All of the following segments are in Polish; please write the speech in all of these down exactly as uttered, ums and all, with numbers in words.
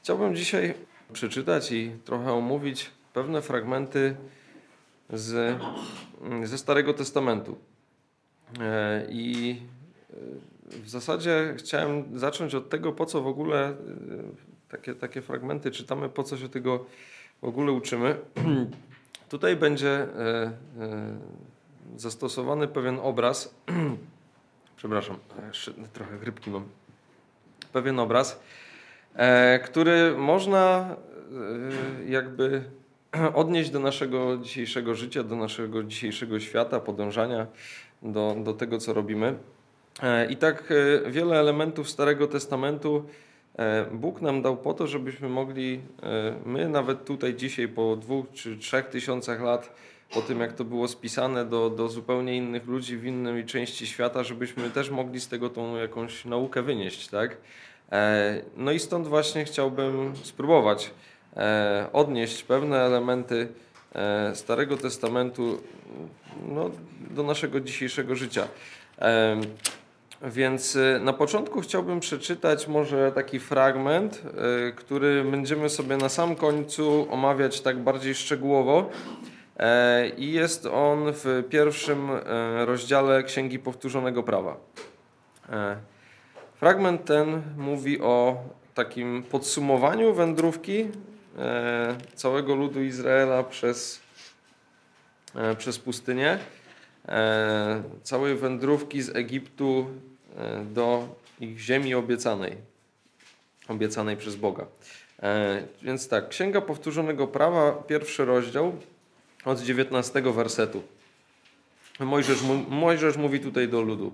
Chciałbym dzisiaj przeczytać i trochę omówić pewne fragmenty z, ze Starego Testamentu. E, I w zasadzie chciałem zacząć od tego, po co w ogóle e, takie, takie fragmenty czytamy, po co się tego w ogóle uczymy. Tutaj będzie e, e, zastosowany pewien obraz. Przepraszam, jeszcze trochę chrypki mam. Pewien obraz, e, który można e, jakby odnieść do naszego dzisiejszego życia, do naszego dzisiejszego świata, podążania do, do tego, co robimy. E, I tak e, wiele elementów Starego Testamentu e, Bóg nam dał po to, żebyśmy mogli, e, my nawet tutaj dzisiaj po dwóch czy trzech tysiącach lat, po tym jak to było spisane do, do zupełnie innych ludzi w innej części świata, żebyśmy też mogli z tego tą jakąś naukę wynieść, tak? E, no i stąd właśnie chciałbym spróbować e, odnieść pewne elementy e, Starego Testamentu no, do naszego dzisiejszego życia. E, Więc na początku chciałbym przeczytać może taki fragment, e, który będziemy sobie na sam końcu omawiać tak bardziej szczegółowo. E, I jest on w pierwszym e, rozdziale Księgi Powtórzonego Prawa. E, Fragment ten mówi o takim podsumowaniu wędrówki e, całego ludu Izraela przez, e, przez pustynię, e, całej wędrówki z Egiptu e, do ich ziemi obiecanej, obiecanej przez Boga. E, więc tak, Księga Powtórzonego Prawa, pierwszy rozdział, od dziewiętnastego wersetu. Mojżesz, Mojżesz mówi tutaj do ludu.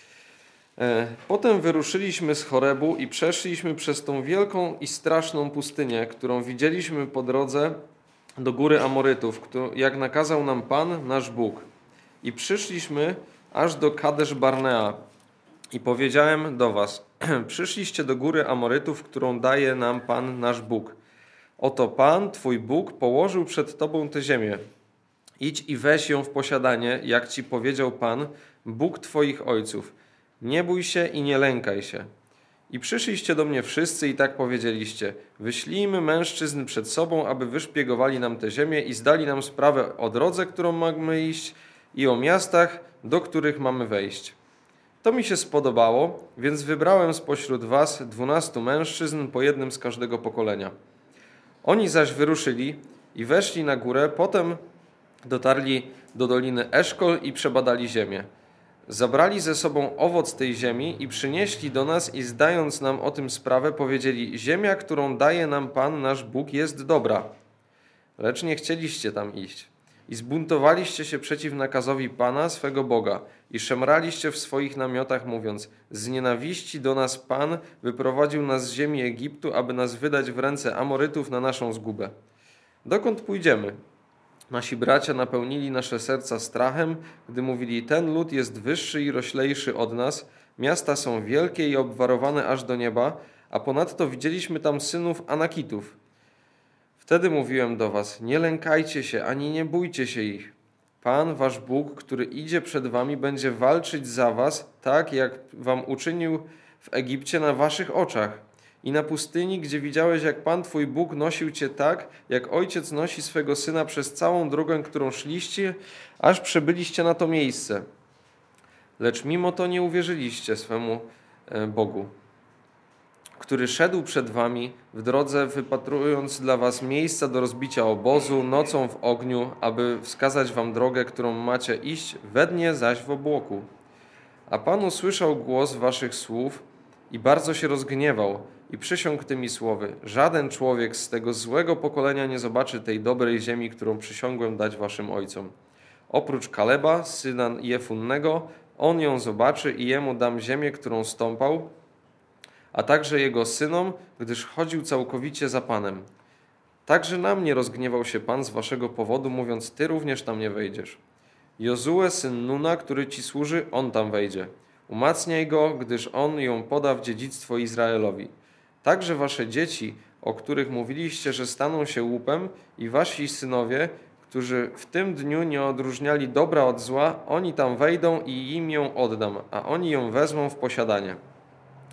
Potem wyruszyliśmy z Chorebu i przeszliśmy przez tą wielką i straszną pustynię, którą widzieliśmy po drodze do góry Amorytów, jak nakazał nam Pan, nasz Bóg. I przyszliśmy aż do Kadesz Barnea. I powiedziałem do was, przyszliście do góry Amorytów, którą daje nam Pan, nasz Bóg. Oto Pan, twój Bóg, położył przed tobą tę ziemię. Idź i weź ją w posiadanie, jak ci powiedział Pan, Bóg twoich ojców. Nie bój się i nie lękaj się. I przyszliście do mnie wszyscy i tak powiedzieliście, wyślijmy mężczyzn przed sobą, aby wyszpiegowali nam tę ziemię i zdali nam sprawę o drodze, którą mamy iść i o miastach, do których mamy wejść. To mi się spodobało, więc wybrałem spośród was dwunastu mężczyzn, po jednym z każdego pokolenia. Oni zaś wyruszyli i weszli na górę, potem dotarli do doliny Eszkol i przebadali ziemię. Zabrali ze sobą owoc tej ziemi i przynieśli do nas i zdając nam o tym sprawę powiedzieli, ziemia, którą daje nam Pan, nasz Bóg, jest dobra. Lecz nie chcieliście tam iść i zbuntowaliście się przeciw nakazowi Pana, swego Boga i szemraliście w swoich namiotach mówiąc, z nienawiści do nas Pan wyprowadził nas z ziemi Egiptu, aby nas wydać w ręce Amorytów na naszą zgubę. Dokąd pójdziemy? Nasi bracia napełnili nasze serca strachem, gdy mówili, ten lud jest wyższy i roślejszy od nas, miasta są wielkie i obwarowane aż do nieba, a ponadto widzieliśmy tam synów Anakitów. Wtedy mówiłem do was, nie lękajcie się, ani nie bójcie się ich. Pan, wasz Bóg, który idzie przed wami, będzie walczyć za was, tak jak wam uczynił w Egipcie na waszych oczach. I na pustyni, gdzie widziałeś, jak Pan Twój Bóg nosił Cię tak, jak ojciec nosi swego syna przez całą drogę, którą szliście, aż przybyliście na to miejsce. Lecz mimo to nie uwierzyliście swemu Bogu, który szedł przed wami w drodze, wypatrując dla was miejsca do rozbicia obozu, nocą w ogniu, aby wskazać wam drogę, którą macie iść, we dnie zaś w obłoku. A Pan usłyszał głos waszych słów i bardzo się rozgniewał, i przysiągł tymi słowy, żaden człowiek z tego złego pokolenia nie zobaczy tej dobrej ziemi, którą przysiągłem dać waszym ojcom. Oprócz Kaleba, syna Jefunnego, on ją zobaczy i jemu dam ziemię, którą stąpał, a także jego synom, gdyż chodził całkowicie za Panem. Także na mnie rozgniewał się Pan z waszego powodu, mówiąc, ty również tam nie wejdziesz. Jozue, syn Nuna, który ci służy, on tam wejdzie. Umacniaj go, gdyż on ją poda w dziedzictwo Izraelowi. Także wasze dzieci, o których mówiliście, że staną się łupem, i wasi synowie, którzy w tym dniu nie odróżniali dobra od zła, oni tam wejdą i im ją oddam, a oni ją wezmą w posiadanie.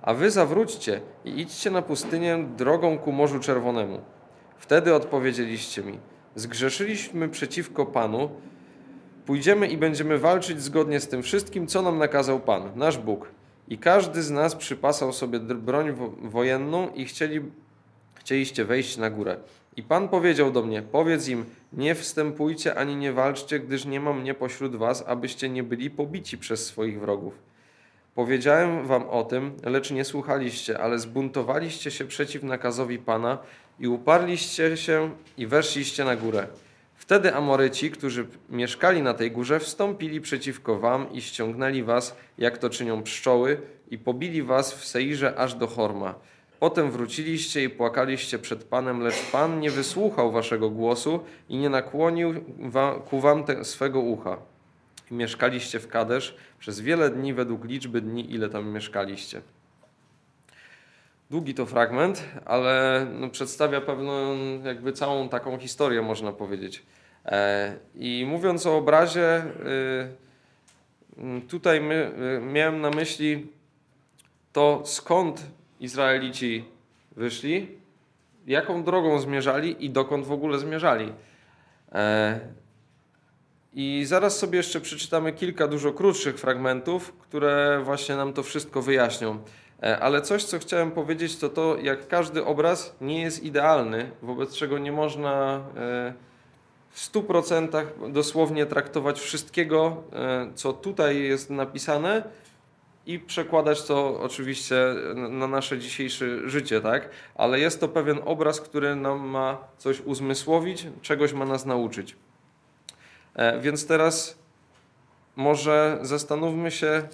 a wy zawróćcie i idźcie na pustynię drogą ku Morzu Czerwonemu. Wtedy odpowiedzieliście mi, zgrzeszyliśmy przeciwko Panu, pójdziemy i będziemy walczyć zgodnie z tym wszystkim, co nam nakazał Pan, nasz Bóg. I każdy z nas przypasał sobie broń wojenną i chcieli, chcieliście wejść na górę. I Pan powiedział do mnie, powiedz im, nie wstępujcie ani nie walczcie, gdyż nie ma mnie pośród was, abyście nie byli pobici przez swoich wrogów. Powiedziałem wam o tym, lecz nie słuchaliście, ale zbuntowaliście się przeciw nakazowi Pana i uparliście się i weszliście na górę. Wtedy Amoryci, którzy mieszkali na tej górze, wstąpili przeciwko wam i ściągnęli was, jak to czynią pszczoły, i pobili was w Seirze aż do Horma. Potem wróciliście i płakaliście przed Panem, lecz Pan nie wysłuchał waszego głosu i nie nakłonił wa- ku wam te, swego ucha. I mieszkaliście w Kadesz przez wiele dni według liczby dni, ile tam mieszkaliście. Długi to fragment, ale no, przedstawia pewną, jakby całą taką historię, można powiedzieć. E, I mówiąc o obrazie, y, tutaj my, y, miałem na myśli to, skąd Izraelici wyszli, jaką drogą zmierzali i dokąd w ogóle zmierzali. E, I zaraz sobie jeszcze przeczytamy kilka dużo krótszych fragmentów, które właśnie nam to wszystko wyjaśnią. Ale coś, co chciałem powiedzieć, to to, jak każdy obraz nie jest idealny, wobec czego nie można w stu procentach dosłownie traktować wszystkiego, co tutaj jest napisane i przekładać to oczywiście na nasze dzisiejsze życie, tak? Ale jest to pewien obraz, który nam ma coś uzmysłowić, czegoś ma nas nauczyć. Więc teraz może zastanówmy się,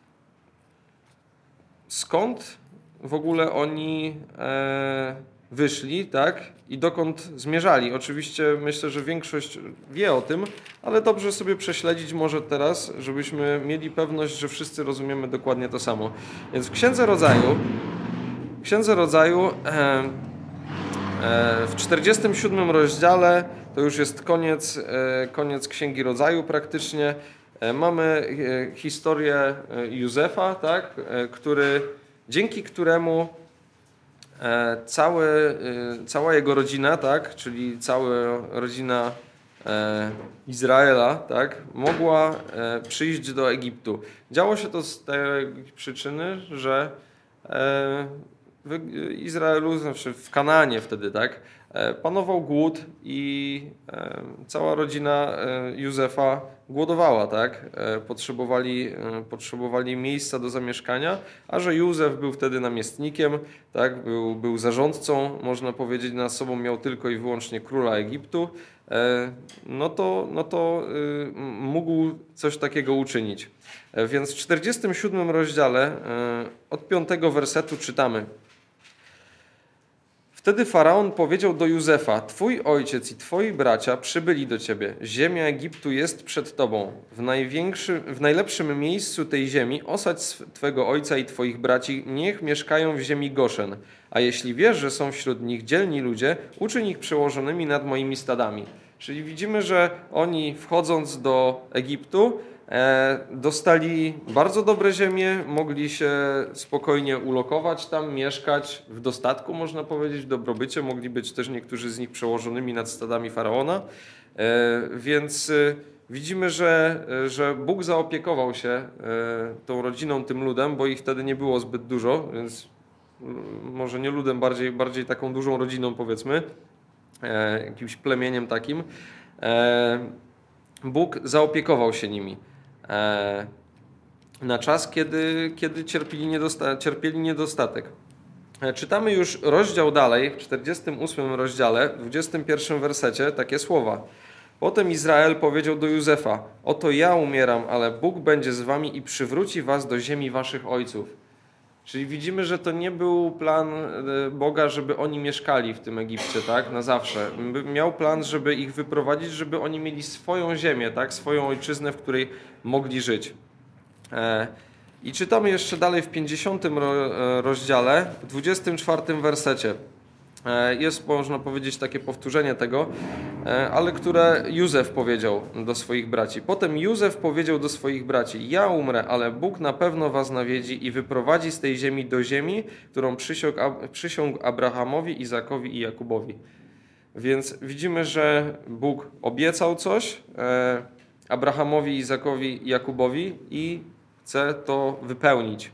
skąd w ogóle oni e, wyszli, tak? I dokąd zmierzali. Oczywiście myślę, że większość wie o tym, ale dobrze sobie prześledzić może teraz, żebyśmy mieli pewność, że wszyscy rozumiemy dokładnie to samo. Więc w Księdze Rodzaju, w Księdze Rodzaju e, e, w czterdziestym siódmym rozdziale, to już jest koniec, e, koniec Księgi Rodzaju praktycznie, mamy historię Józefa, tak, który, dzięki któremu cały, cała jego rodzina, tak, czyli cała rodzina Izraela, tak, mogła przyjść do Egiptu. Działo się to z tej przyczyny, że w Izraelu, znaczy w Kanaanie wtedy, tak, panował głód i cała rodzina Józefa głodowała, tak? Potrzebowali, potrzebowali miejsca do zamieszkania, a że Józef był wtedy namiestnikiem, tak? Był, był zarządcą, można powiedzieć, nad sobą miał tylko i wyłącznie króla Egiptu, no to, no to mógł coś takiego uczynić. Więc w czterdziestym siódmym rozdziale od piątego wersetu czytamy: Wtedy Faraon powiedział do Józefa: Twój ojciec i twoi bracia przybyli do ciebie. Ziemia Egiptu jest przed tobą. W, największym, w najlepszym miejscu tej ziemi osadź twego ojca i twoich braci, niech mieszkają w ziemi Goszen. A jeśli wiesz, że są wśród nich dzielni ludzie, uczyń ich przełożonymi nad moimi stadami. Czyli widzimy, że oni, wchodząc do Egiptu, dostali bardzo dobre ziemie, mogli się spokojnie ulokować tam, mieszkać w dostatku, można powiedzieć, w dobrobycie. Mogli być też niektórzy z nich przełożonymi nad stadami Faraona. Więc widzimy, że, że Bóg zaopiekował się tą rodziną, tym ludem, bo ich wtedy nie było zbyt dużo, więc może nie ludem, bardziej, bardziej taką dużą rodziną, powiedzmy, jakimś plemieniem takim. Bóg zaopiekował się nimi na czas, kiedy, kiedy cierpieli, niedosta- cierpieli niedostatek. Czytamy już rozdział dalej, w czterdziestym ósmym rozdziale, w dwudziestym pierwszym wersecie takie słowa. Potem Izrael powiedział do Józefa: Oto ja umieram, ale Bóg będzie z wami i przywróci was do ziemi waszych ojców. Czyli widzimy, że to nie był plan Boga, żeby oni mieszkali w tym Egipcie, tak, na zawsze. Miał plan, żeby ich wyprowadzić, żeby oni mieli swoją ziemię, tak, swoją ojczyznę, w której mogli żyć. I czytamy jeszcze dalej w pięćdziesiątym rozdziale, w dwudziestym czwartym wersecie. Jest, można powiedzieć, takie powtórzenie tego, ale które Józef powiedział do swoich braci. Potem Józef powiedział do swoich braci: ja umrę, ale Bóg na pewno was nawiedzi i wyprowadzi z tej ziemi do ziemi, którą przysiągł, przysiągł Abrahamowi, Izakowi i Jakubowi. Więc widzimy, że Bóg obiecał coś Abrahamowi, Izakowi i Jakubowi i chce to wypełnić.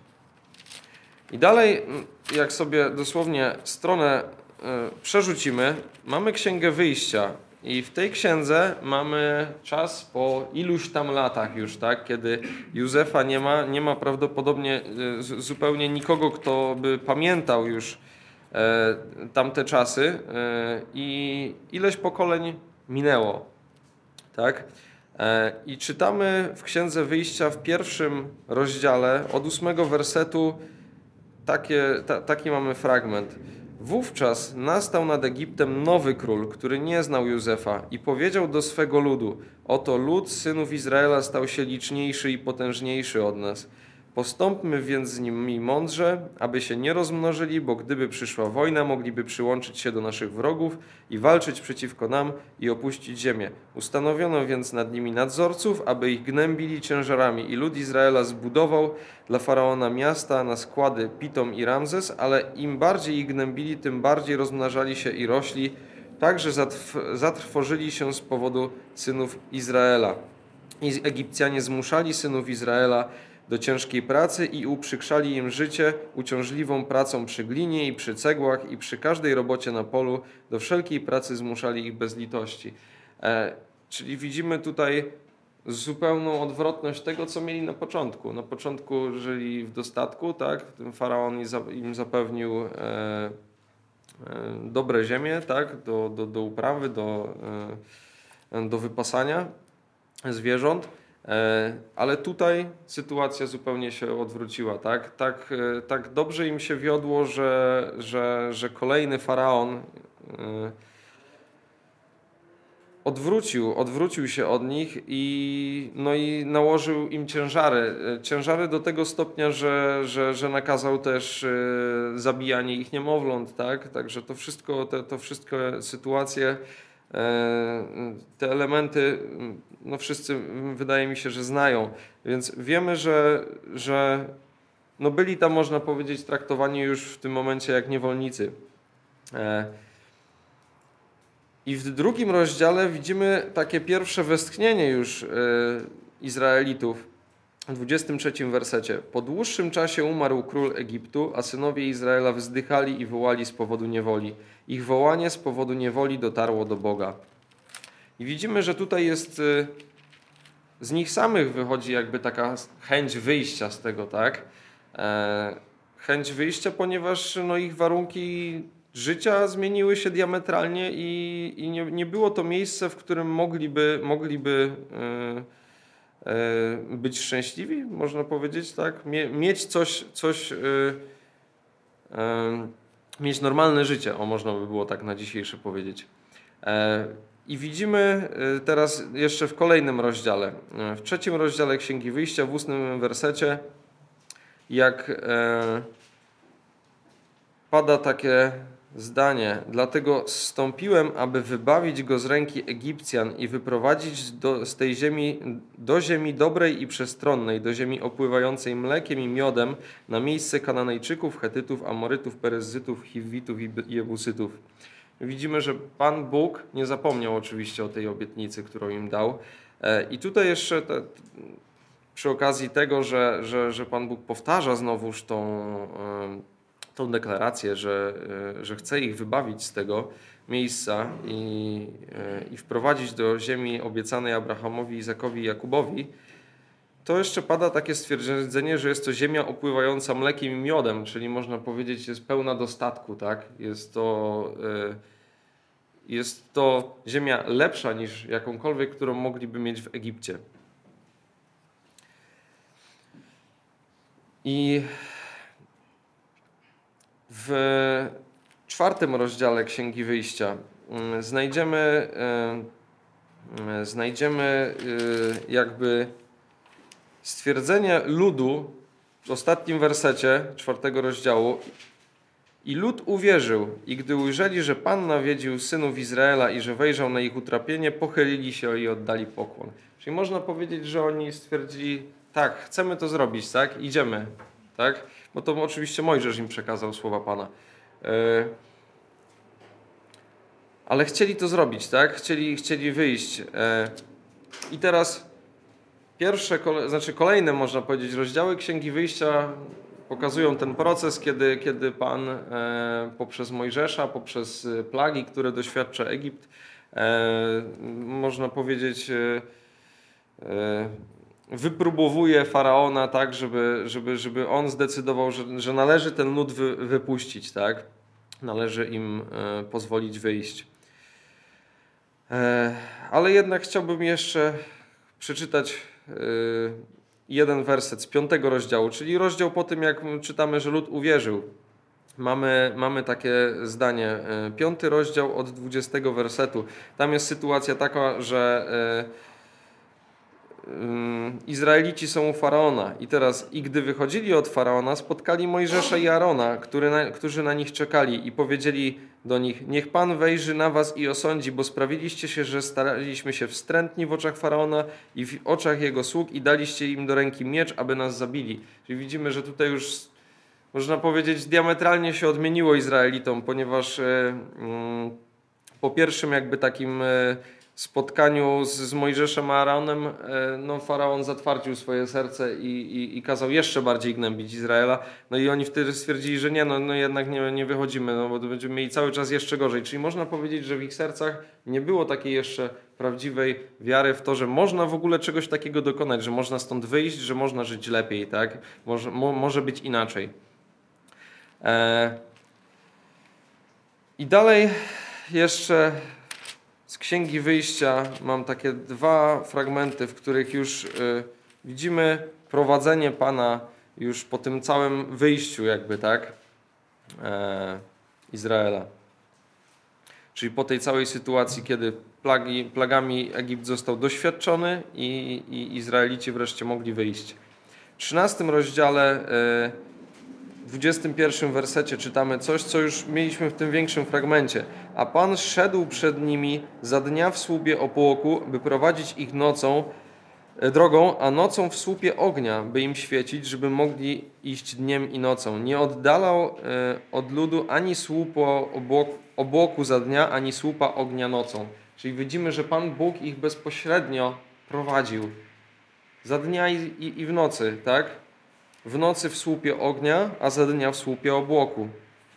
I dalej, jak sobie dosłownie stronę przerzucimy, mamy Księgę Wyjścia i w tej księdze mamy czas po iluś tam latach już, tak, kiedy Józefa nie ma, nie ma prawdopodobnie zupełnie nikogo, kto by pamiętał już e, tamte czasy e, i ileś pokoleń minęło, tak. E, I czytamy w Księdze Wyjścia w pierwszym rozdziale od ósmego wersetu takie, ta, taki mamy fragment. Wówczas nastał nad Egiptem nowy król, który nie znał Józefa i powiedział do swego ludu: oto lud synów Izraela stał się liczniejszy i potężniejszy od nas. Postąpmy więc z nimi mądrze, aby się nie rozmnożyli, bo gdyby przyszła wojna, mogliby przyłączyć się do naszych wrogów i walczyć przeciwko nam i opuścić ziemię. Ustanowiono więc nad nimi nadzorców, aby ich gnębili ciężarami i lud Izraela zbudował dla Faraona miasta na składy Pitom i Ramzes, ale im bardziej ich gnębili, tym bardziej rozmnażali się i rośli, tak że zatrw- zatrwożyli się z powodu synów Izraela. I Egipcjanie zmuszali synów Izraela do ciężkiej pracy i uprzykrzali im życie uciążliwą pracą przy glinie i przy cegłach i przy każdej robocie na polu. Do wszelkiej pracy zmuszali ich bez litości. E, czyli widzimy tutaj zupełną odwrotność tego, co mieli na początku. Na początku żyli w dostatku, tak? Ten faraon im zapewnił e, e, dobre ziemie, tak? Do, do, do uprawy, do, e, do wypasania zwierząt. Ale tutaj sytuacja zupełnie się odwróciła. Tak, tak, tak dobrze im się wiodło, że, że, że kolejny faraon odwrócił, odwrócił się od nich i, no i nałożył im ciężary. Ciężary do tego stopnia, że, że, że nakazał też zabijanie ich niemowląt. Tak? Także to wszystko, te, to wszystkie sytuacje, te elementy, no wszyscy, wydaje mi się, że znają. Więc wiemy, że, że no byli tam, można powiedzieć, traktowani już w tym momencie jak niewolnicy. I w drugim rozdziale widzimy takie pierwsze westchnienie już Izraelitów w dwudziestym trzecim wersecie. Po dłuższym czasie umarł król Egiptu, a synowie Izraela wzdychali i wołali z powodu niewoli. Ich wołanie z powodu niewoli dotarło do Boga. I widzimy, że tutaj jest, z nich samych wychodzi jakby taka chęć wyjścia z tego, tak? E, chęć wyjścia, ponieważ no, ich warunki życia zmieniły się diametralnie i, i nie, nie było to miejsce, w którym mogliby, mogliby e, e, być szczęśliwi, można powiedzieć, tak? Mie, mieć coś, coś e, e, mieć normalne życie, o można by było tak na dzisiejsze powiedzieć. E, I widzimy teraz jeszcze w kolejnym rozdziale, w trzecim rozdziale Księgi Wyjścia, w ósmym wersecie, jak e, pada takie zdanie: dlatego zstąpiłem, aby wybawić go z ręki Egipcjan i wyprowadzić do, z tej ziemi do ziemi dobrej i przestronnej, do ziemi opływającej mlekiem i miodem, na miejsce Kananejczyków, Chetytów, Amorytów, Peryzytów, Hiwitów i Jebusytów. Widzimy, że Pan Bóg nie zapomniał oczywiście o tej obietnicy, którą im dał. I tutaj jeszcze te, przy okazji tego, że, że, że Pan Bóg powtarza znowuż tą, tą deklarację, że, że chce ich wybawić z tego miejsca i, i wprowadzić do ziemi obiecanej Abrahamowi, Izakowi i Jakubowi, to jeszcze pada takie stwierdzenie, że jest to ziemia opływająca mlekiem i miodem, czyli można powiedzieć, jest pełna dostatku, tak? Jest to, jest to ziemia lepsza niż jakąkolwiek, którą mogliby mieć w Egipcie. I w czwartym rozdziale Księgi Wyjścia znajdziemy, znajdziemy jakby stwierdzenie ludu w ostatnim wersecie czwartego rozdziału. I lud uwierzył, i gdy ujrzeli, że Pan nawiedził synów Izraela i że wejrzał na ich utrapienie, pochylili się i oddali pokłon. Czyli można powiedzieć, że oni stwierdzili, tak, chcemy to zrobić, tak, idziemy, tak, bo to oczywiście Mojżesz im przekazał słowa Pana. Yy, ale chcieli to zrobić, tak, chcieli, chcieli wyjść. Yy, I teraz pierwsze, kole, znaczy kolejne, można powiedzieć, rozdziały Księgi Wyjścia pokazują ten proces, kiedy, kiedy Pan e, poprzez Mojżesza, poprzez plagi, które doświadcza Egipt, e, można powiedzieć, e, e, wypróbowuje Faraona tak, żeby, żeby, żeby on zdecydował, że, że należy ten lud wy, wypuścić, tak? Należy im e, pozwolić wyjść. E, ale jednak chciałbym jeszcze przeczytać e, jeden werset z piątego rozdziału, czyli rozdział po tym, jak czytamy, że lud uwierzył. Mamy, mamy takie zdanie, piąty rozdział od dwudziestego wersetu. Tam jest sytuacja taka, że Izraelici są u Faraona i teraz, i gdy wychodzili od Faraona, spotkali Mojżesza i Arona, który na, którzy na nich czekali i powiedzieli do nich, niech Pan wejrzy na was i osądzi, bo sprawiliście się, że staraliśmy się wstrętni w oczach Faraona i w oczach jego sług i daliście im do ręki miecz, aby nas zabili. Czyli widzimy, że tutaj już można powiedzieć diametralnie się odmieniło Izraelitom, ponieważ e, mm, po pierwszym jakby takim e, spotkaniu z, z Mojżeszem a Aaronem, no Faraon zatwardził swoje serce i, i, i kazał jeszcze bardziej gnębić Izraela. No i oni wtedy stwierdzili, że nie, no, no jednak nie, nie wychodzimy, no bo to będziemy mieli cały czas jeszcze gorzej. Czyli można powiedzieć, że w ich sercach nie było takiej jeszcze prawdziwej wiary w to, że można w ogóle czegoś takiego dokonać, że można stąd wyjść, że można żyć lepiej, tak? Może, mo, może być inaczej. E... I dalej jeszcze z Księgi Wyjścia mam takie dwa fragmenty, w których już y, widzimy prowadzenie Pana już po tym całym wyjściu jakby, tak, e, Izraela. Czyli po tej całej sytuacji, kiedy plagi, plagami Egipt został doświadczony i, i Izraelici wreszcie mogli wyjść. W trzynastym rozdziale, y, dwudziestym pierwszym wersecie czytamy coś, co już mieliśmy w tym większym fragmencie. A Pan szedł przed nimi za dnia w słupie opłoku, by prowadzić ich nocą, drogą, a nocą w słupie ognia, by im świecić, żeby mogli iść dniem i nocą. Nie oddalał od ludu ani słupu obłoku za dnia, ani słupa ognia nocą. Czyli widzimy, że Pan Bóg ich bezpośrednio prowadził za dnia i, i, i w nocy, tak? W nocy w słupie ognia, a za dnia w słupie obłoku.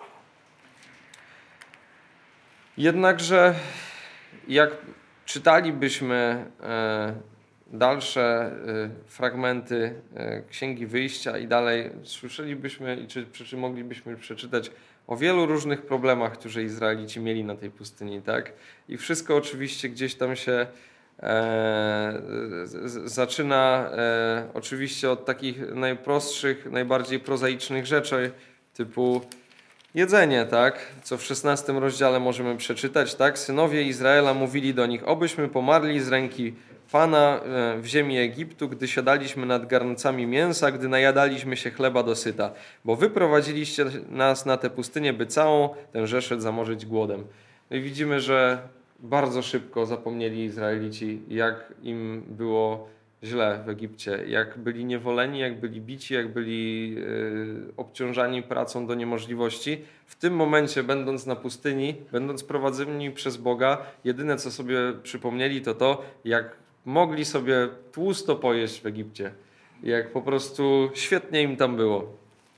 Jednakże jak czytalibyśmy e, dalsze e, fragmenty e, Księgi Wyjścia i dalej słyszelibyśmy, czy, czy moglibyśmy przeczytać o wielu różnych problemach, które Izraelici mieli na tej pustyni, tak? I wszystko oczywiście gdzieś tam się E, z, zaczyna e, oczywiście od takich najprostszych, najbardziej prozaicznych rzeczy, typu jedzenie, tak? Co w szesnastym rozdziale możemy przeczytać, tak? Synowie Izraela mówili do nich, obyśmy pomarli z ręki Pana w ziemi Egiptu, gdy siadaliśmy nad garncami mięsa, gdy najadaliśmy się chleba dosyta, bo wy prowadziliście nas na tę pustynię, by całą tę rzeszę zamorzyć głodem. No i widzimy, że bardzo szybko zapomnieli Izraelici, jak im było źle w Egipcie, jak byli niewoleni, jak byli bici, jak byli yy, obciążani pracą do niemożliwości. W tym momencie, będąc na pustyni, będąc prowadzeni przez Boga, jedyne co sobie przypomnieli to to, jak mogli sobie tłusto pojeść w Egipcie. Jak po prostu świetnie im tam było.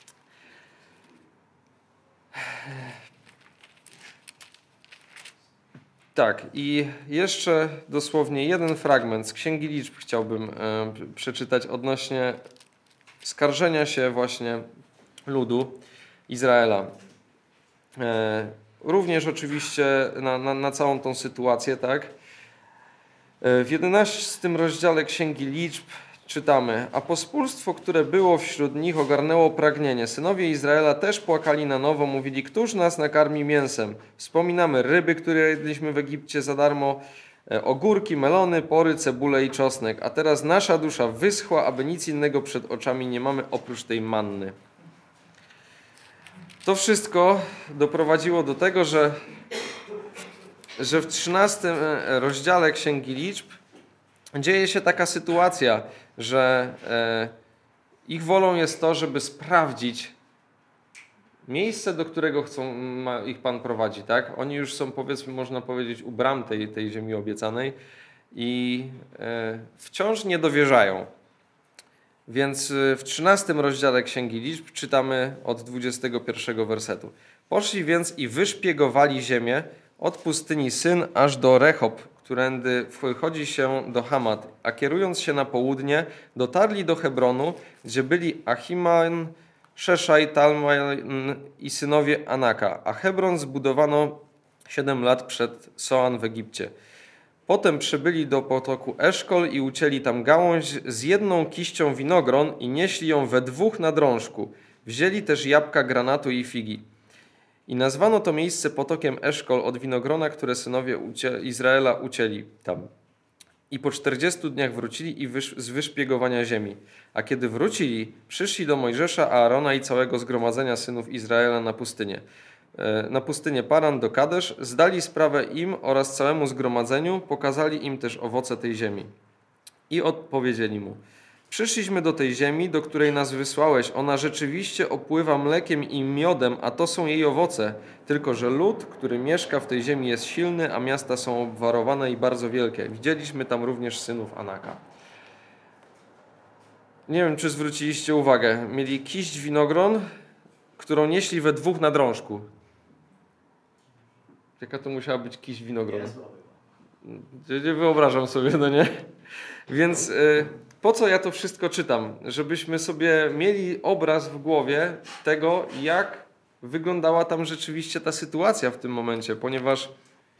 Tak, i jeszcze dosłownie jeden fragment z Księgi Liczb chciałbym e, przeczytać odnośnie skarżenia się właśnie ludu Izraela. E, również oczywiście na, na, na całą tą sytuację, tak? E, w jedenastym rozdziale Księgi Liczb czytamy, a pospólstwo, które było wśród nich, ogarnęło pragnienie. Synowie Izraela też płakali na nowo, mówili, któż nas nakarmi mięsem? Wspominamy ryby, które jedliśmy w Egipcie za darmo, ogórki, melony, pory, cebulę i czosnek. A teraz nasza dusza wyschła, aby nic innego przed oczami nie mamy oprócz tej manny. to wszystko doprowadziło do tego, że, że w trzynastym rozdziale Księgi Liczb dzieje się taka sytuacja, że e, ich wolą jest to, żeby sprawdzić miejsce, do którego chcą, ma, ich Pan prowadzi. Tak? Oni już są, powiedzmy, można powiedzieć, u bram tej, tej ziemi obiecanej i e, wciąż nie dowierzają. Więc w trzynastym rozdziale Księgi Liczb czytamy od dwudziestego pierwszego wersetu. Poszli więc i wyszpiegowali ziemię od pustyni Syn aż do Rechob, którędy wchodzi się do Hamat, a kierując się na południe, dotarli do Hebronu, gdzie byli Ahiman, Szeszaj, Talmaj i synowie Anaka, a Hebron zbudowano siedem lat przed Soan w Egipcie. Potem przybyli do potoku Eszkol i ucięli tam gałąź z jedną kiścią winogron i nieśli ją we dwóch na drążku. Wzięli też jabłka, granatu i figi. I nazwano to miejsce potokiem Eszkol od winogrona, które synowie ucie- Izraela ucięli tam. I po czterdziestu dniach wrócili i wysz- z wyszpiegowania ziemi. A kiedy wrócili, przyszli do Mojżesza, Aarona i całego zgromadzenia synów Izraela na pustynię. Na pustynię Paran do Kadesz, zdali sprawę im oraz całemu zgromadzeniu, pokazali im też owoce tej ziemi. I odpowiedzieli mu: przyszliśmy do tej ziemi, do której nas wysłałeś. Ona rzeczywiście opływa mlekiem i miodem, a to są jej owoce. Tylko że lud, który mieszka w tej ziemi, jest silny, a miasta są obwarowane i bardzo wielkie. Widzieliśmy tam również synów Anaka. Nie wiem, czy zwróciliście uwagę. Mieli kiść winogron, którą nieśli we dwóch na drążku. Jaka to musiała być kiść winogron? Nie wyobrażam sobie, no nie? Więc y, po co ja to wszystko czytam? Żebyśmy sobie mieli obraz w głowie tego, jak wyglądała tam rzeczywiście ta sytuacja w tym momencie, ponieważ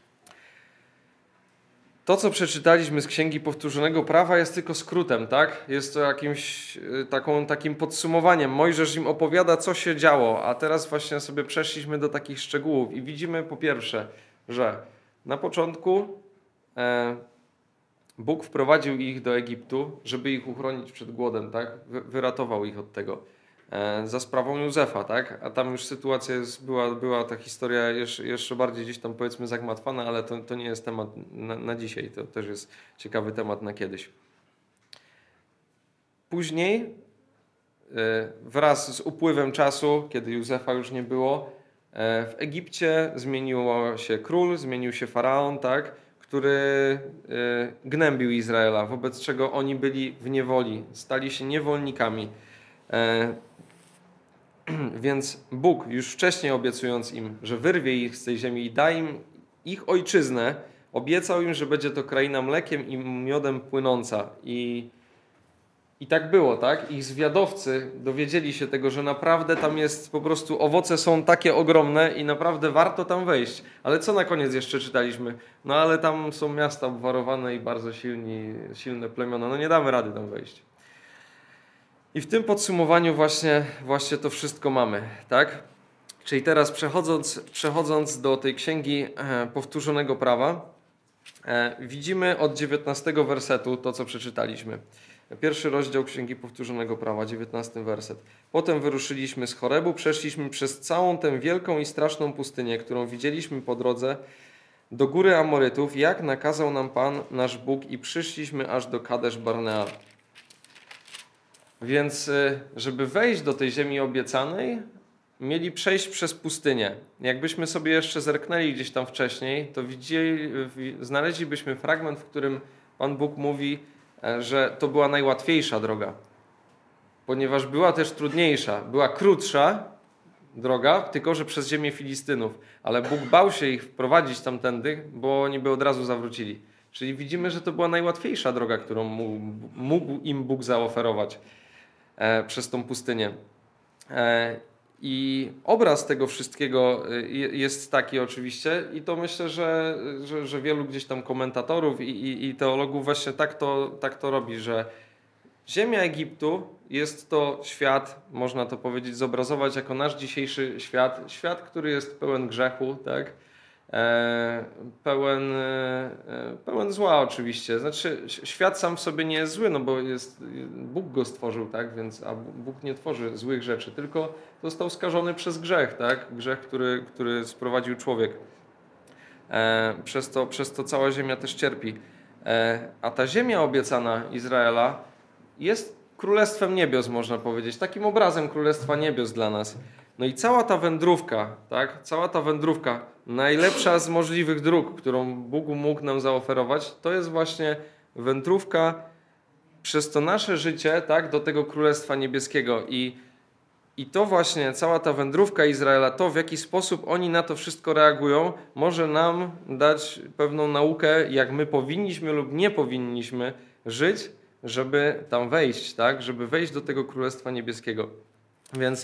to, co przeczytaliśmy z Księgi Powtórzonego Prawa, jest tylko skrótem, tak? Jest to jakimś taką, takim podsumowaniem. Mojżesz im opowiada, co się działo, a teraz właśnie sobie przeszliśmy do takich szczegółów i widzimy po pierwsze, że na początku e, Bóg wprowadził ich do Egiptu, żeby ich uchronić przed głodem, tak? Wy, wyratował ich od tego. E, za sprawą Józefa, tak? A tam już sytuacja jest, była, była ta historia jeszcze, jeszcze bardziej gdzieś tam, powiedzmy, zagmatwana, ale to, to nie jest temat na, na dzisiaj. To też jest ciekawy temat na kiedyś. Później e, wraz z upływem czasu, kiedy Józefa już nie było, e, w Egipcie zmienił się król, zmienił się faraon, tak? Który e, gnębił Izraela, wobec czego oni byli w niewoli, stali się niewolnikami. E, Więc Bóg, już wcześniej obiecując im, że wyrwie ich z tej ziemi i da im ich ojczyznę, obiecał im, że będzie to kraina mlekiem i miodem płynąca. I, i tak było, tak? Ich zwiadowcy dowiedzieli się tego, że naprawdę tam jest, po prostu owoce są takie ogromne i naprawdę warto tam wejść. Ale co na koniec jeszcze czytaliśmy? No ale tam są miasta obwarowane i bardzo silni, silne plemiona. No nie damy rady tam wejść. I w tym podsumowaniu właśnie, właśnie to wszystko mamy, tak? Czyli teraz przechodząc, przechodząc do tej Księgi e, Powtórzonego Prawa, e, widzimy od dziewiętnastego wersetu to, co przeczytaliśmy. Pierwszy rozdział Księgi Powtórzonego Prawa, dziewiętnasty werset. Potem wyruszyliśmy z Chorebu, przeszliśmy przez całą tę wielką i straszną pustynię, którą widzieliśmy po drodze do góry Amorytów, jak nakazał nam Pan, nasz Bóg, i przyszliśmy aż do Kadesz Barnea. Więc żeby wejść do tej ziemi obiecanej, mieli przejść przez pustynię. Jakbyśmy sobie jeszcze zerknęli gdzieś tam wcześniej, to widzieli, znaleźlibyśmy fragment, w którym Pan Bóg mówi, że to była najłatwiejsza droga. Ponieważ była też trudniejsza. Była krótsza droga, tylko że przez ziemię Filistynów. Ale Bóg bał się ich wprowadzić tamtędy, bo oni by od razu zawrócili. Czyli widzimy, że to była najłatwiejsza droga, którą mógł im Bóg zaoferować przez tą pustynię. I obraz tego wszystkiego jest taki oczywiście i to myślę, że, że, że wielu gdzieś tam komentatorów i, i, i teologów właśnie tak to, tak to robi, że ziemia Egiptu jest to świat, można to powiedzieć, zobrazować jako nasz dzisiejszy świat, świat, który jest pełen grzechu, tak? e, pełen, e, pełen zła oczywiście. Znaczy świat sam w sobie nie jest zły, no bo jest, Bóg go stworzył, tak? Więc, a Bóg nie tworzy złych rzeczy, tylko został skażony przez grzech, tak? Grzech, który, który sprowadził człowiek. E, przez to, przez to cała ziemia też cierpi. E, a ta ziemia obiecana Izraela jest królestwem niebios, można powiedzieć, takim obrazem królestwa niebios dla nas. No i cała ta wędrówka, tak, cała ta wędrówka, najlepsza z możliwych dróg, którą Bóg mógł nam zaoferować, to jest właśnie wędrówka przez to nasze życie, tak, do tego królestwa niebieskiego. I I to właśnie, cała ta wędrówka Izraela, to w jaki sposób oni na to wszystko reagują, może nam dać pewną naukę, jak my powinniśmy lub nie powinniśmy żyć, żeby tam wejść, tak? Żeby wejść do tego Królestwa Niebieskiego. Więc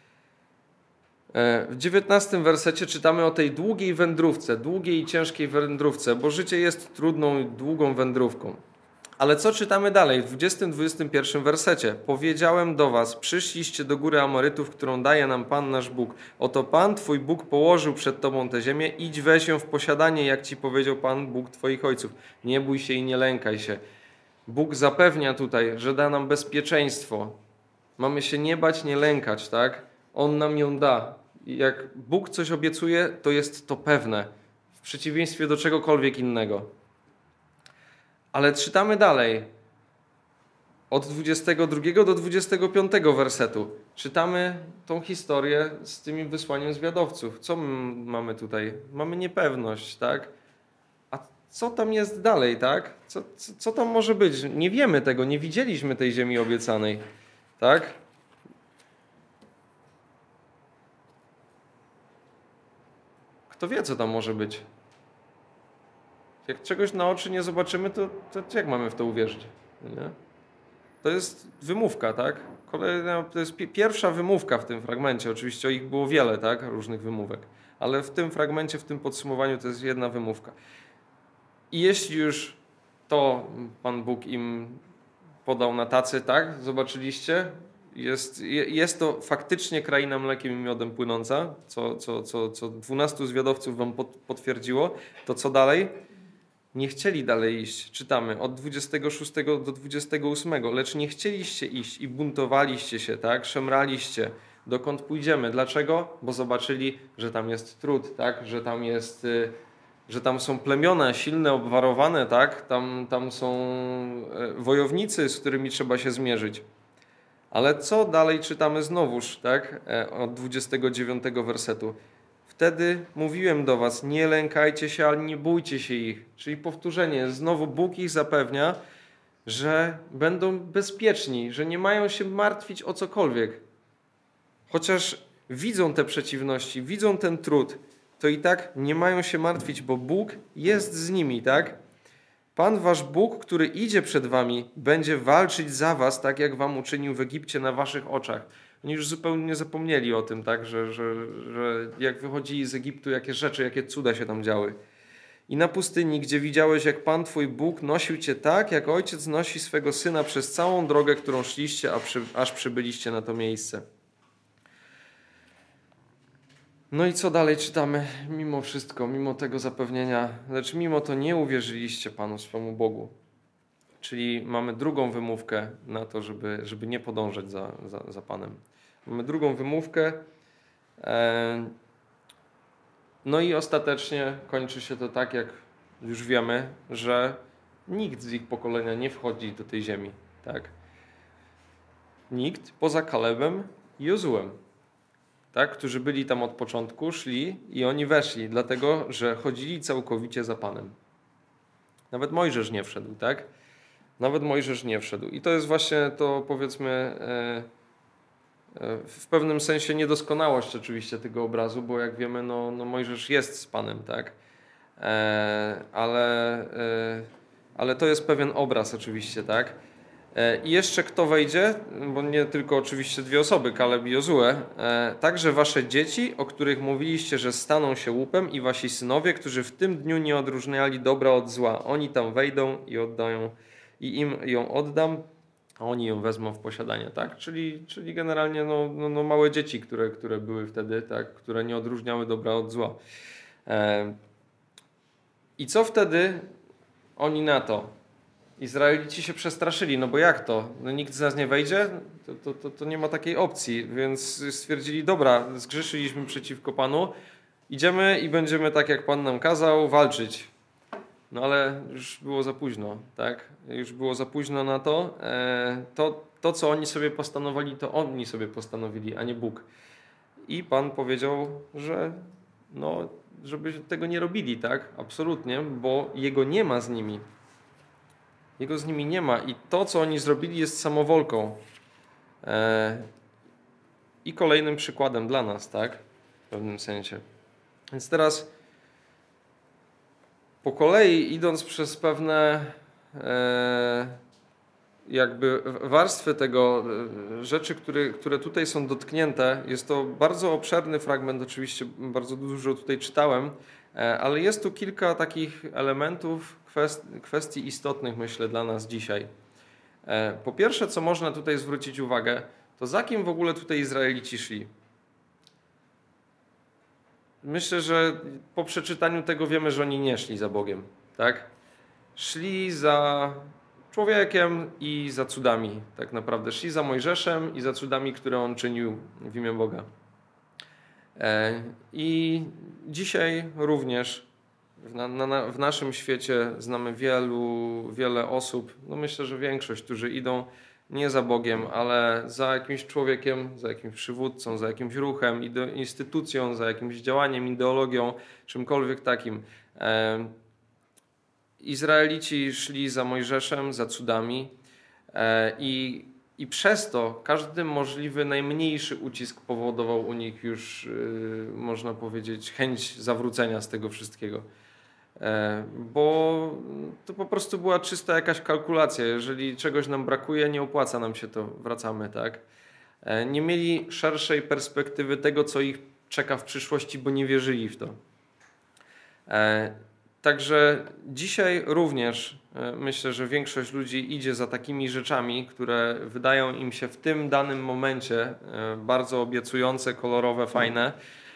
w dziewiętnastym wersecie czytamy o tej długiej wędrówce, długiej i ciężkiej wędrówce, bo życie jest trudną i długą wędrówką. Ale co czytamy dalej? W dwudziestym, dwudziestym pierwszym wersecie. Powiedziałem do was, przyszliście do góry Amorytów, którą daje nam Pan nasz Bóg. Oto Pan, twój Bóg, położył przed tobą tę ziemię. Idź, weź ją w posiadanie, jak ci powiedział Pan, Bóg twoich ojców. Nie bój się i nie lękaj się. Bóg zapewnia tutaj, że da nam bezpieczeństwo. Mamy się nie bać, nie lękać, tak? On nam ją da. I jak Bóg coś obiecuje, to jest to pewne. W przeciwieństwie do czegokolwiek innego. Ale czytamy dalej. Od dwudziestego drugiego do dwudziestego piątego wersetu. Czytamy tą historię z tym wysłaniem zwiadowców. Co mamy tutaj? Mamy niepewność, tak? A co tam jest dalej, tak? Co, co, co tam może być? Nie wiemy tego, nie widzieliśmy tej ziemi obiecanej, tak? Kto wie, co tam może być? Jak czegoś na oczy nie zobaczymy, to, to jak mamy w to uwierzyć? Nie? To jest wymówka, tak? Kolejna, to jest pierwsza wymówka w tym fragmencie. Oczywiście ich było wiele, tak? Różnych wymówek. Ale w tym fragmencie, w tym podsumowaniu to jest jedna wymówka. I jeśli już to Pan Bóg im podał na tacy, tak? Zobaczyliście? Jest, jest to faktycznie kraina mlekiem i miodem płynąca, co, co, co, co dwunastu zwiadowców wam potwierdziło. To co dalej? Nie chcieli dalej iść. Czytamy od dwudziestego szóstego do dwudziestego ósmego. Lecz nie chcieliście iść i buntowaliście się, tak? Szemraliście. Dokąd pójdziemy? Dlaczego? Bo zobaczyli, że tam jest trud, tak? Że tam jest, że tam są plemiona silne, obwarowane, tak? Tam, tam są wojownicy, z którymi trzeba się zmierzyć. Ale co dalej czytamy znowuż, tak? Od dwudziestego dziewiątego wersetu. Wtedy mówiłem do was, nie lękajcie się, ale nie bójcie się ich. Czyli powtórzenie, znowu Bóg ich zapewnia, że będą bezpieczni, że nie mają się martwić o cokolwiek. Chociaż widzą te przeciwności, widzą ten trud, to i tak nie mają się martwić, bo Bóg jest z nimi, tak? Pan wasz Bóg, który idzie przed wami, będzie walczyć za was, tak jak wam uczynił w Egipcie na waszych oczach. Oni już zupełnie zapomnieli o tym, tak, że, że, że jak wychodzili z Egiptu, jakie rzeczy, jakie cuda się tam działy. I na pustyni, gdzie widziałeś, jak Pan twój Bóg nosił cię tak, jak ojciec nosi swego syna przez całą drogę, którą szliście, a przy, aż przybyliście na to miejsce. No i co dalej czytamy? Mimo wszystko, mimo tego zapewnienia, lecz mimo to nie uwierzyliście Panu swemu Bogu. Czyli mamy drugą wymówkę na to, żeby, żeby nie podążać za, za, za Panem. Mamy drugą wymówkę. No i ostatecznie kończy się to tak, jak już wiemy, że nikt z ich pokolenia nie wchodzi do tej ziemi. Tak? Nikt poza Kalebem i Jozułem. Tak? Którzy byli tam od początku, szli i oni weszli, dlatego że chodzili całkowicie za Panem. Nawet Mojżesz nie wszedł, tak? Nawet Mojżesz nie wszedł. I to jest właśnie to, powiedzmy, w pewnym sensie niedoskonałość oczywiście tego obrazu, bo jak wiemy, no, no Mojżesz jest z Panem, tak? Ale, ale to jest pewien obraz oczywiście, tak? I jeszcze kto wejdzie, bo nie tylko oczywiście dwie osoby, Kaleb i Jozue, także wasze dzieci, o których mówiliście, że staną się łupem, i wasi synowie, którzy w tym dniu nie odróżniali dobra od zła. Oni tam wejdą i oddają, i im ją oddam, a oni ją wezmą w posiadanie, tak? Czyli, czyli generalnie no, no, no małe dzieci, które, które były wtedy, tak? Które nie odróżniały dobra od zła. I co wtedy oni na to? Izraelici się przestraszyli, no bo jak to? No nikt z nas nie wejdzie? To, to, to, to nie ma takiej opcji, więc stwierdzili, dobra, zgrzeszyliśmy przeciwko Panu, idziemy i będziemy tak, jak Pan nam kazał, walczyć. No ale już było za późno, tak? Już było za późno na to. E, to, to, co oni sobie postanowili, to oni sobie postanowili, a nie Bóg. I Pan powiedział, że no, żeby tego nie robili, tak? Absolutnie, bo Jego nie ma z nimi. Jego z nimi nie ma i to, co oni zrobili, jest samowolką. E, I kolejnym przykładem dla nas, tak? W pewnym sensie. Więc teraz po kolei, idąc przez pewne e, jakby warstwy tego, e, rzeczy, które, które tutaj są dotknięte, jest to bardzo obszerny fragment, oczywiście bardzo dużo tutaj czytałem, e, ale jest tu kilka takich elementów, kwest, kwestii istotnych, myślę, dla nas dzisiaj. E, po pierwsze, co można tutaj zwrócić uwagę, to za kim w ogóle tutaj Izraelici szli? Myślę, że po przeczytaniu tego wiemy, że oni nie szli za Bogiem, tak? Szli za człowiekiem i za cudami, tak naprawdę. Szli za Mojżeszem i za cudami, które on czynił w imię Boga. I dzisiaj również w, na, na, w naszym świecie znamy wielu, wiele osób, no myślę, że większość, którzy idą nie za Bogiem, ale za jakimś człowiekiem, za jakimś przywódcą, za jakimś ruchem, instytucją, za jakimś działaniem, ideologią, czymkolwiek takim. Izraelici szli za Mojżeszem, za cudami i, i przez to każdy możliwy, najmniejszy ucisk powodował u nich już, można powiedzieć, chęć zawrócenia z tego wszystkiego. Bo to po prostu była czysta jakaś kalkulacja. Jeżeli czegoś nam brakuje, nie opłaca nam się to, wracamy, tak? Nie mieli szerszej perspektywy tego, co ich czeka w przyszłości, bo nie wierzyli w to. Także dzisiaj również myślę, że większość ludzi idzie za takimi rzeczami, które wydają im się w tym danym momencie bardzo obiecujące, kolorowe, fajne.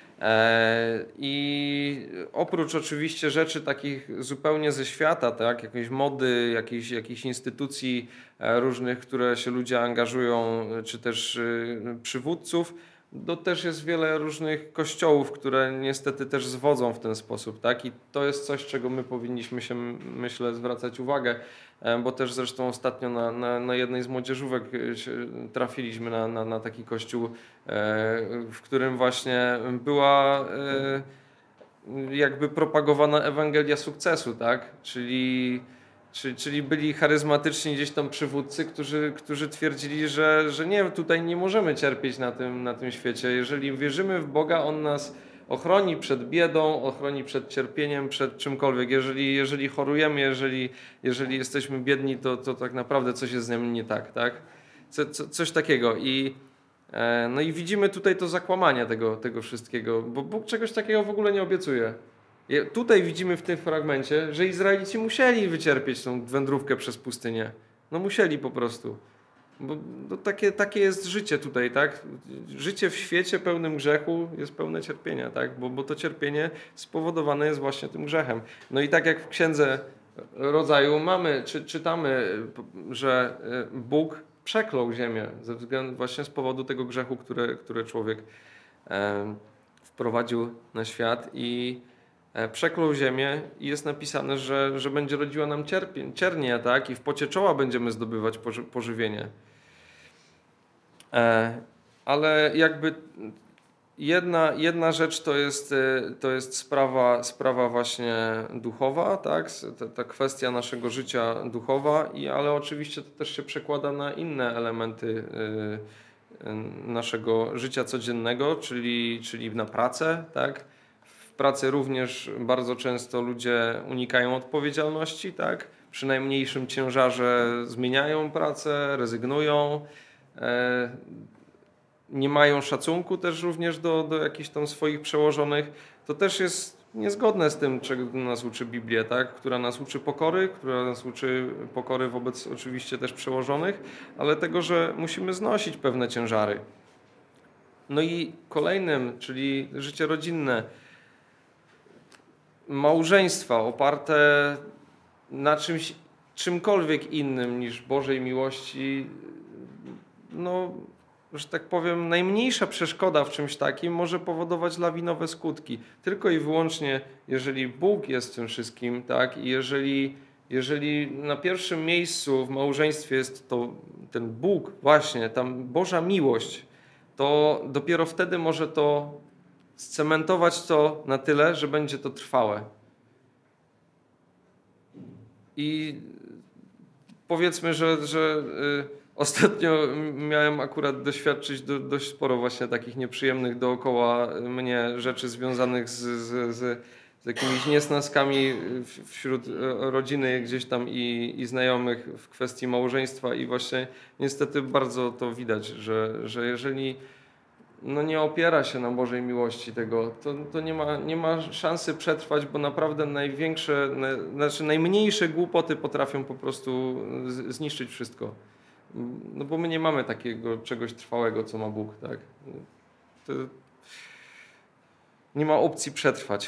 I oprócz oczywiście rzeczy takich zupełnie ze świata, tak, jakiejś mody, jakiejś, jakichś instytucji różnych, które się ludzie angażują, czy też przywódców, to też jest wiele różnych kościołów, które niestety też zwodzą w ten sposób, tak? I to jest coś, czego my powinniśmy się, myślę, zwracać uwagę, bo też zresztą ostatnio na, na, na jednej z młodzieżówek trafiliśmy na, na, na taki kościół, w którym właśnie była jakby propagowana Ewangelia sukcesu, tak? Czyli Czyli, czyli byli charyzmatyczni gdzieś tam przywódcy, którzy, którzy twierdzili, że, że nie, tutaj nie możemy cierpieć na tym, na tym świecie. Jeżeli wierzymy w Boga, On nas ochroni przed biedą, ochroni przed cierpieniem, przed czymkolwiek. Jeżeli, jeżeli chorujemy, jeżeli, jeżeli jesteśmy biedni, to, to tak naprawdę coś jest z nami nie tak, tak? Co, co, coś takiego. I, e, no i widzimy tutaj to zakłamanie tego, tego wszystkiego, bo Bóg czegoś takiego w ogóle nie obiecuje. Tutaj widzimy w tym fragmencie, że Izraelici musieli wycierpieć tą wędrówkę przez pustynię. No musieli po prostu. Bo no takie, takie jest życie tutaj, tak? Życie w świecie pełnym grzechu jest pełne cierpienia, tak? Bo, bo to cierpienie spowodowane jest właśnie tym grzechem. No i tak jak w Księdze Rodzaju mamy, czy, czytamy, że Bóg przeklął ziemię ze względu właśnie z powodu tego grzechu, który, który człowiek e, wprowadził na świat i przeklął ziemię i jest napisane, że, że będzie rodziła nam cierpie, ciernie, tak? I w pocie czoła będziemy zdobywać poży, pożywienie. E, ale jakby jedna, jedna rzecz to jest, to jest sprawa, sprawa właśnie duchowa, tak? Ta, ta kwestia naszego życia duchowa, i, ale oczywiście to też się przekłada na inne elementy y, y, naszego życia codziennego, czyli, czyli na pracę, tak? W pracy również bardzo często ludzie unikają odpowiedzialności, tak? Przy najmniejszym ciężarze zmieniają pracę, rezygnują, e, nie mają szacunku też również do, do jakichś tam swoich przełożonych. To też jest niezgodne z tym, czego nas uczy Biblia, tak? Która nas uczy pokory, która nas uczy pokory wobec oczywiście też przełożonych, ale tego, że musimy znosić pewne ciężary. No i kolejnym, czyli życie rodzinne. małżeństwa oparte na czymś, czymkolwiek innym niż Bożej miłości, no, że tak powiem, najmniejsza przeszkoda w czymś takim może powodować lawinowe skutki. Tylko i wyłącznie, jeżeli Bóg jest w tym wszystkim, tak, i jeżeli, jeżeli na pierwszym miejscu w małżeństwie jest to ten Bóg, właśnie, tam Boża miłość, to dopiero wtedy może to scementować to na tyle, że będzie to trwałe. I powiedzmy, że, że y, ostatnio miałem akurat doświadczyć do, dość sporo właśnie takich nieprzyjemnych dookoła mnie rzeczy związanych z, z, z, z jakimiś niesnaskami wśród rodziny gdzieś tam i, i znajomych w kwestii małżeństwa i właśnie niestety bardzo to widać, że, że jeżeli no nie opiera się na Bożej miłości tego, to, to nie ma, nie ma szansy przetrwać, bo naprawdę największe, na, znaczy najmniejsze głupoty potrafią po prostu z, zniszczyć wszystko. No bo my nie mamy takiego czegoś trwałego, co ma Bóg, tak? To nie ma opcji przetrwać.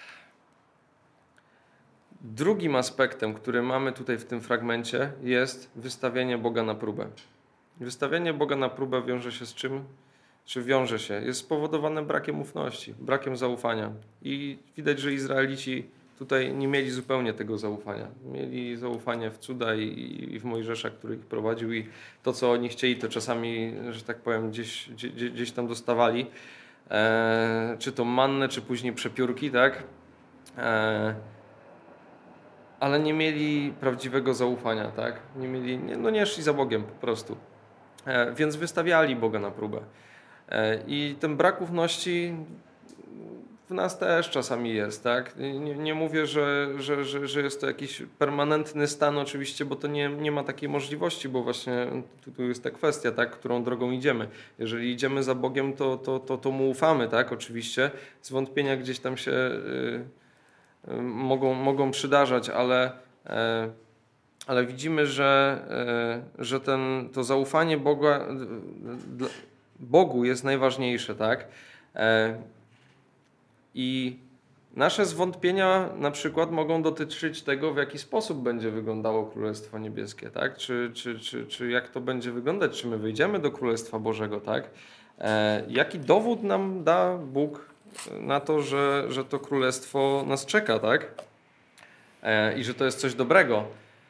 Drugim aspektem, który mamy tutaj w tym fragmencie, jest wystawienie Boga na próbę. Wystawienie Boga na próbę wiąże się z czym? Czy wiąże się? Jest spowodowane brakiem ufności, brakiem zaufania. I widać, że Izraelici tutaj nie mieli zupełnie tego zaufania. Mieli zaufanie w cuda i, i w Mojżesza, który ich prowadził i to, co oni chcieli, to czasami, że tak powiem, gdzieś, gdzieś, gdzieś tam dostawali. E, czy to mannę, czy później przepiórki, tak? E, ale nie mieli prawdziwego zaufania, tak? Nie mieli, nie, no nie szli za Bogiem po prostu. E, więc wystawiali Boga na próbę. I ten brak ufności w nas też czasami jest, tak? Nie, nie mówię, że, że, że, że jest to jakiś permanentny stan oczywiście, bo to nie, nie ma takiej możliwości, bo właśnie tu, tu jest ta kwestia, tak, którą drogą idziemy. Jeżeli idziemy za Bogiem, to, to, to, to mu ufamy, tak? Oczywiście zwątpienia gdzieś tam się y, y, mogą, mogą przydarzać, ale, y, ale widzimy, że, y, że ten, to zaufanie Boga y, Bogu jest najważniejsze, tak? E, I nasze zwątpienia na przykład mogą dotyczyć tego, w jaki sposób będzie wyglądało Królestwo Niebieskie, tak? Czy, czy, czy, czy jak to będzie wyglądać, czy my wyjdziemy do Królestwa Bożego, tak? E, jaki dowód nam da Bóg na to, że, że to Królestwo nas czeka, tak? E, I że to jest coś dobrego.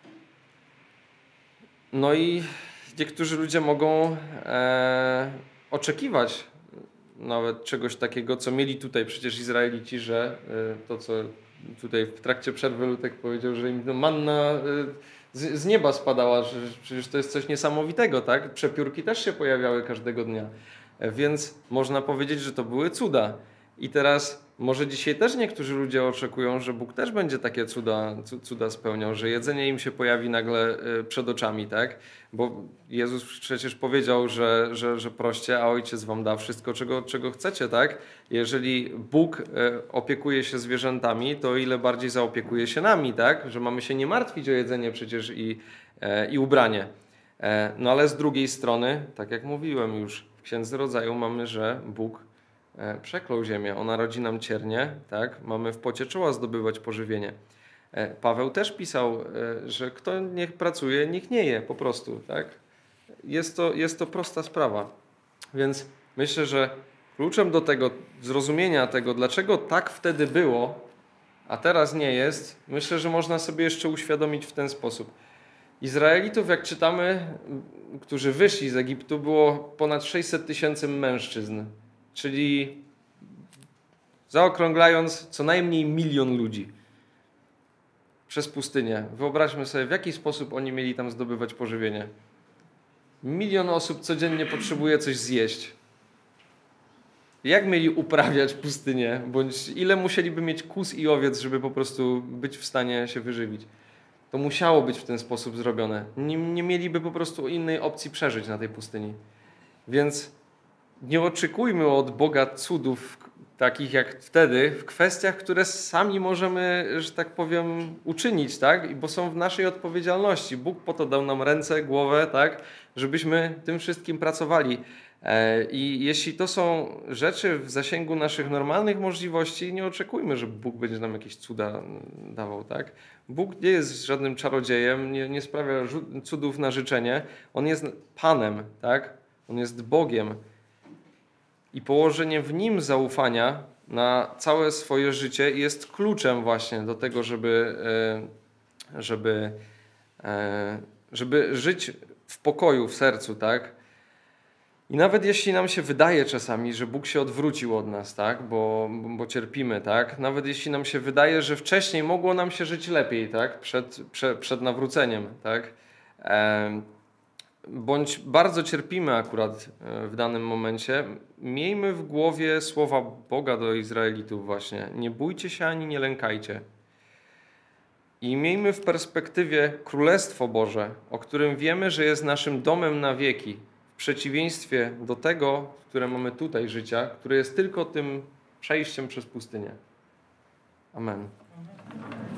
No i niektórzy ludzie mogą e, oczekiwać nawet czegoś takiego, co mieli tutaj przecież Izraelici, że e, to, co tutaj w trakcie przerwy Lutek powiedział, że im no, manna e, z, z nieba spadała, że, że przecież to jest coś niesamowitego, tak? Przepiórki też się pojawiały każdego dnia, e, więc można powiedzieć, że to były cuda. I teraz może dzisiaj też niektórzy ludzie oczekują, że Bóg też będzie takie cuda, cuda spełniał, że jedzenie im się pojawi nagle przed oczami, tak? Bo Jezus przecież powiedział, że, że, że proście, a Ojciec wam da wszystko, czego, czego chcecie, tak? Jeżeli Bóg opiekuje się zwierzętami, to ile bardziej zaopiekuje się nami, tak? Że mamy się nie martwić o jedzenie przecież i, i ubranie. No ale z drugiej strony, tak jak mówiłem już, w Księdze Rodzaju mamy, że Bóg przeklął ziemię, ona rodzi nam ciernie, tak? Mamy w pocie czoła zdobywać pożywienie. Paweł też pisał, że kto niech pracuje, niech nie je, po prostu, tak? Jest to, jest to prosta sprawa. Więc myślę, że kluczem do tego zrozumienia tego, dlaczego tak wtedy było, a teraz nie jest, myślę, że można sobie jeszcze uświadomić w ten sposób. Izraelitów, jak czytamy, którzy wyszli z Egiptu, było ponad sześćset tysięcy mężczyzn. Czyli zaokrąglając co najmniej milion ludzi przez pustynię. Wyobraźmy sobie, w jaki sposób oni mieli tam zdobywać pożywienie. Milion osób codziennie potrzebuje coś zjeść. Jak mieli uprawiać pustynię? Bądź ile musieliby mieć kóz i owiec, żeby po prostu być w stanie się wyżywić? To musiało być w ten sposób zrobione. Nie, nie mieliby po prostu innej opcji przeżyć na tej pustyni. Więc nie oczekujmy od Boga cudów takich jak wtedy w kwestiach, które sami możemy, że tak powiem, uczynić, tak? Bo są w naszej odpowiedzialności. Bóg po to dał nam ręce, głowę, tak? Żebyśmy tym wszystkim pracowali. I jeśli to są rzeczy w zasięgu naszych normalnych możliwości, nie oczekujmy, że Bóg będzie nam jakieś cuda dawał, tak? Bóg nie jest żadnym czarodziejem, nie, nie sprawia cudów na życzenie. On jest Panem, tak? On jest Bogiem. I położenie w Nim zaufania na całe swoje życie jest kluczem właśnie do tego, żeby, żeby, żeby żyć w pokoju w sercu, tak? I nawet jeśli nam się wydaje czasami, że Bóg się odwrócił od nas, tak? Bo, bo cierpimy, tak? Nawet jeśli nam się wydaje, że wcześniej mogło nam się żyć lepiej, tak? Przed, przed, przed nawróceniem, tak? E, bądź bardzo cierpimy akurat w danym momencie, miejmy w głowie słowa Boga do Izraelitów właśnie. Nie bójcie się ani nie lękajcie. I miejmy w perspektywie Królestwo Boże, o którym wiemy, że jest naszym domem na wieki. W przeciwieństwie do tego, które mamy tutaj życia, które jest tylko tym przejściem przez pustynię. Amen.